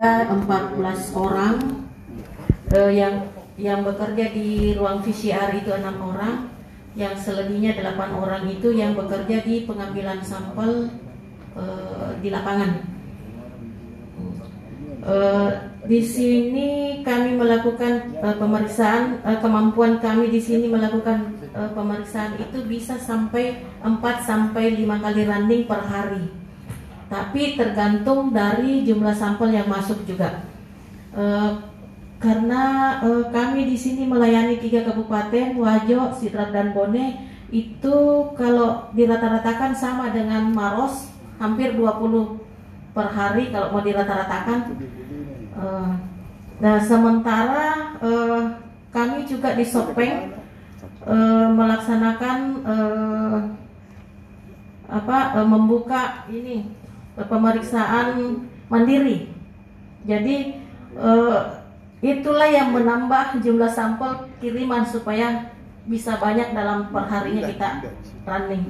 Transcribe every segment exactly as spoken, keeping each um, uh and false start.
empat belas orang, eh, yang yang bekerja di ruang V C R itu enam orang, yang selebihnya delapan orang itu yang bekerja di pengambilan sampel eh, di lapangan. Eh, di sini kami melakukan eh, pemeriksaan, eh, kemampuan kami di sini melakukan eh, pemeriksaan itu bisa sampai empat sampai lima kali running per hari. Tapi tergantung dari jumlah sampel yang masuk juga. E, karena e, kami di sini melayani tiga kabupaten, Wajo, Sidrap, dan Bone, itu kalau dirata-ratakan sama dengan Maros, hampir dua puluh per hari kalau mau dirata-ratakan. E, nah, sementara e, kami juga di Sopeng e, melaksanakan e, apa e, membuka ini pemeriksaan mandiri. Jadi eh, itulah yang menambah jumlah sampel kiriman supaya bisa banyak dalam perharinya kita running.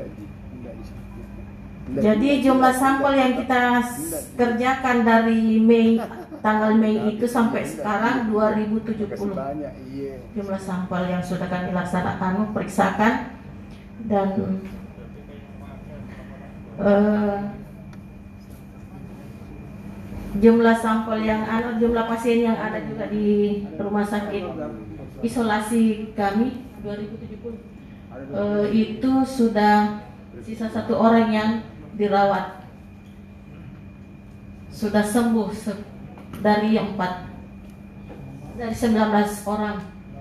Jadi jumlah sampel yang kita kerjakan dari Mei, tanggal Mei itu sampai sekarang dua ribu tujuh puluh jumlah sampel yang sudah kami laksanakan, periksakan, dan eh, jumlah sampel yang anu, jumlah pasien yang ada juga di rumah sakit isolasi kami dua ribu tujuh puluh uh, itu sudah sisa satu orang yang dirawat, sudah sembuh se dari empat dari sembilan belas orang.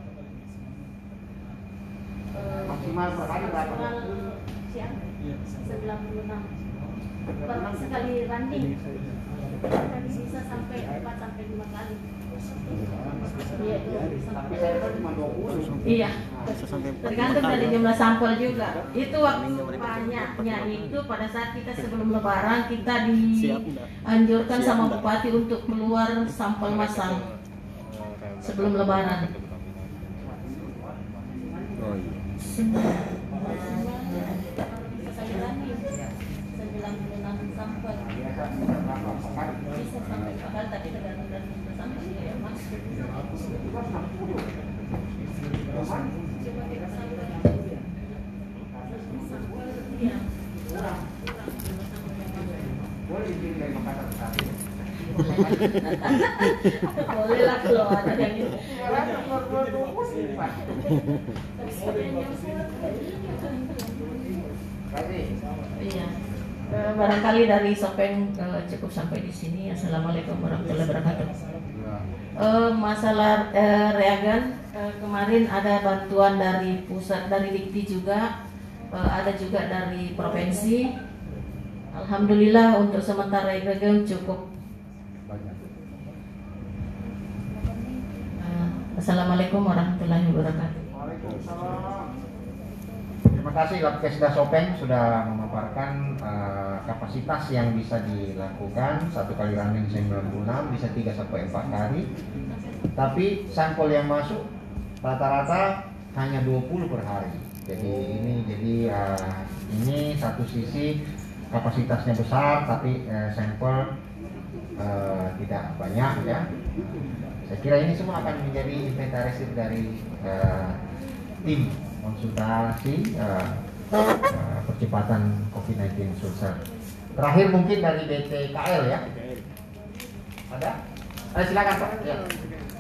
Maksimal per hari berapa? sembilan puluh enam per sekali running. Kami bisa sampai empat sampai lima kali. Iya, tapi saya kan cuma dua puluh. Iya. Tergantung dari jumlah sampel juga. Itu waktu banyaknya itu pada saat kita sebelum lebaran kita dianjurkan sama bupati untuk keluar sampel massal sebelum lebaran. Oh iya. sembilan puluh enam sampel. Bisa sampai bakal tapi tergantung dari jumlah sampelnya ya Mas. Coba kita sampel. Sampel ya. Kurang. Boleh bikin dari Makassar ke Sari. Boleh lah kalau ada yang ini. Iya. Uh, barangkali dari Sopeng uh, cukup sampai di sini. Assalamualaikum warahmatullahi wabarakatuh. Uh, masalah uh, reagen, uh, kemarin ada bantuan dari pusat, dari Dikti juga, uh, ada juga dari provinsi. Alhamdulillah untuk sementara reagen cukup. Uh, Assalamualaikum warahmatullahi wabarakatuh. Waalaikumsalam. Terima kasih Labkesda Sopeng sudah memaparkan uh, kapasitas yang bisa dilakukan satu kali running sembilan puluh enam bisa tiga sampai empat kali. Tapi sampel yang masuk rata-rata hanya dua puluh per hari. Jadi ini jadi uh, ini satu sisi kapasitasnya besar tapi uh, sampel uh, tidak banyak ya. Saya kira ini semua akan menjadi inventarisir dari uh, tim konsultasi uh, uh, percepatan COVID sembilan belas Sulsel. Terakhir mungkin dari B T K L ya. Ada? Eh, silakan Pak. Ya.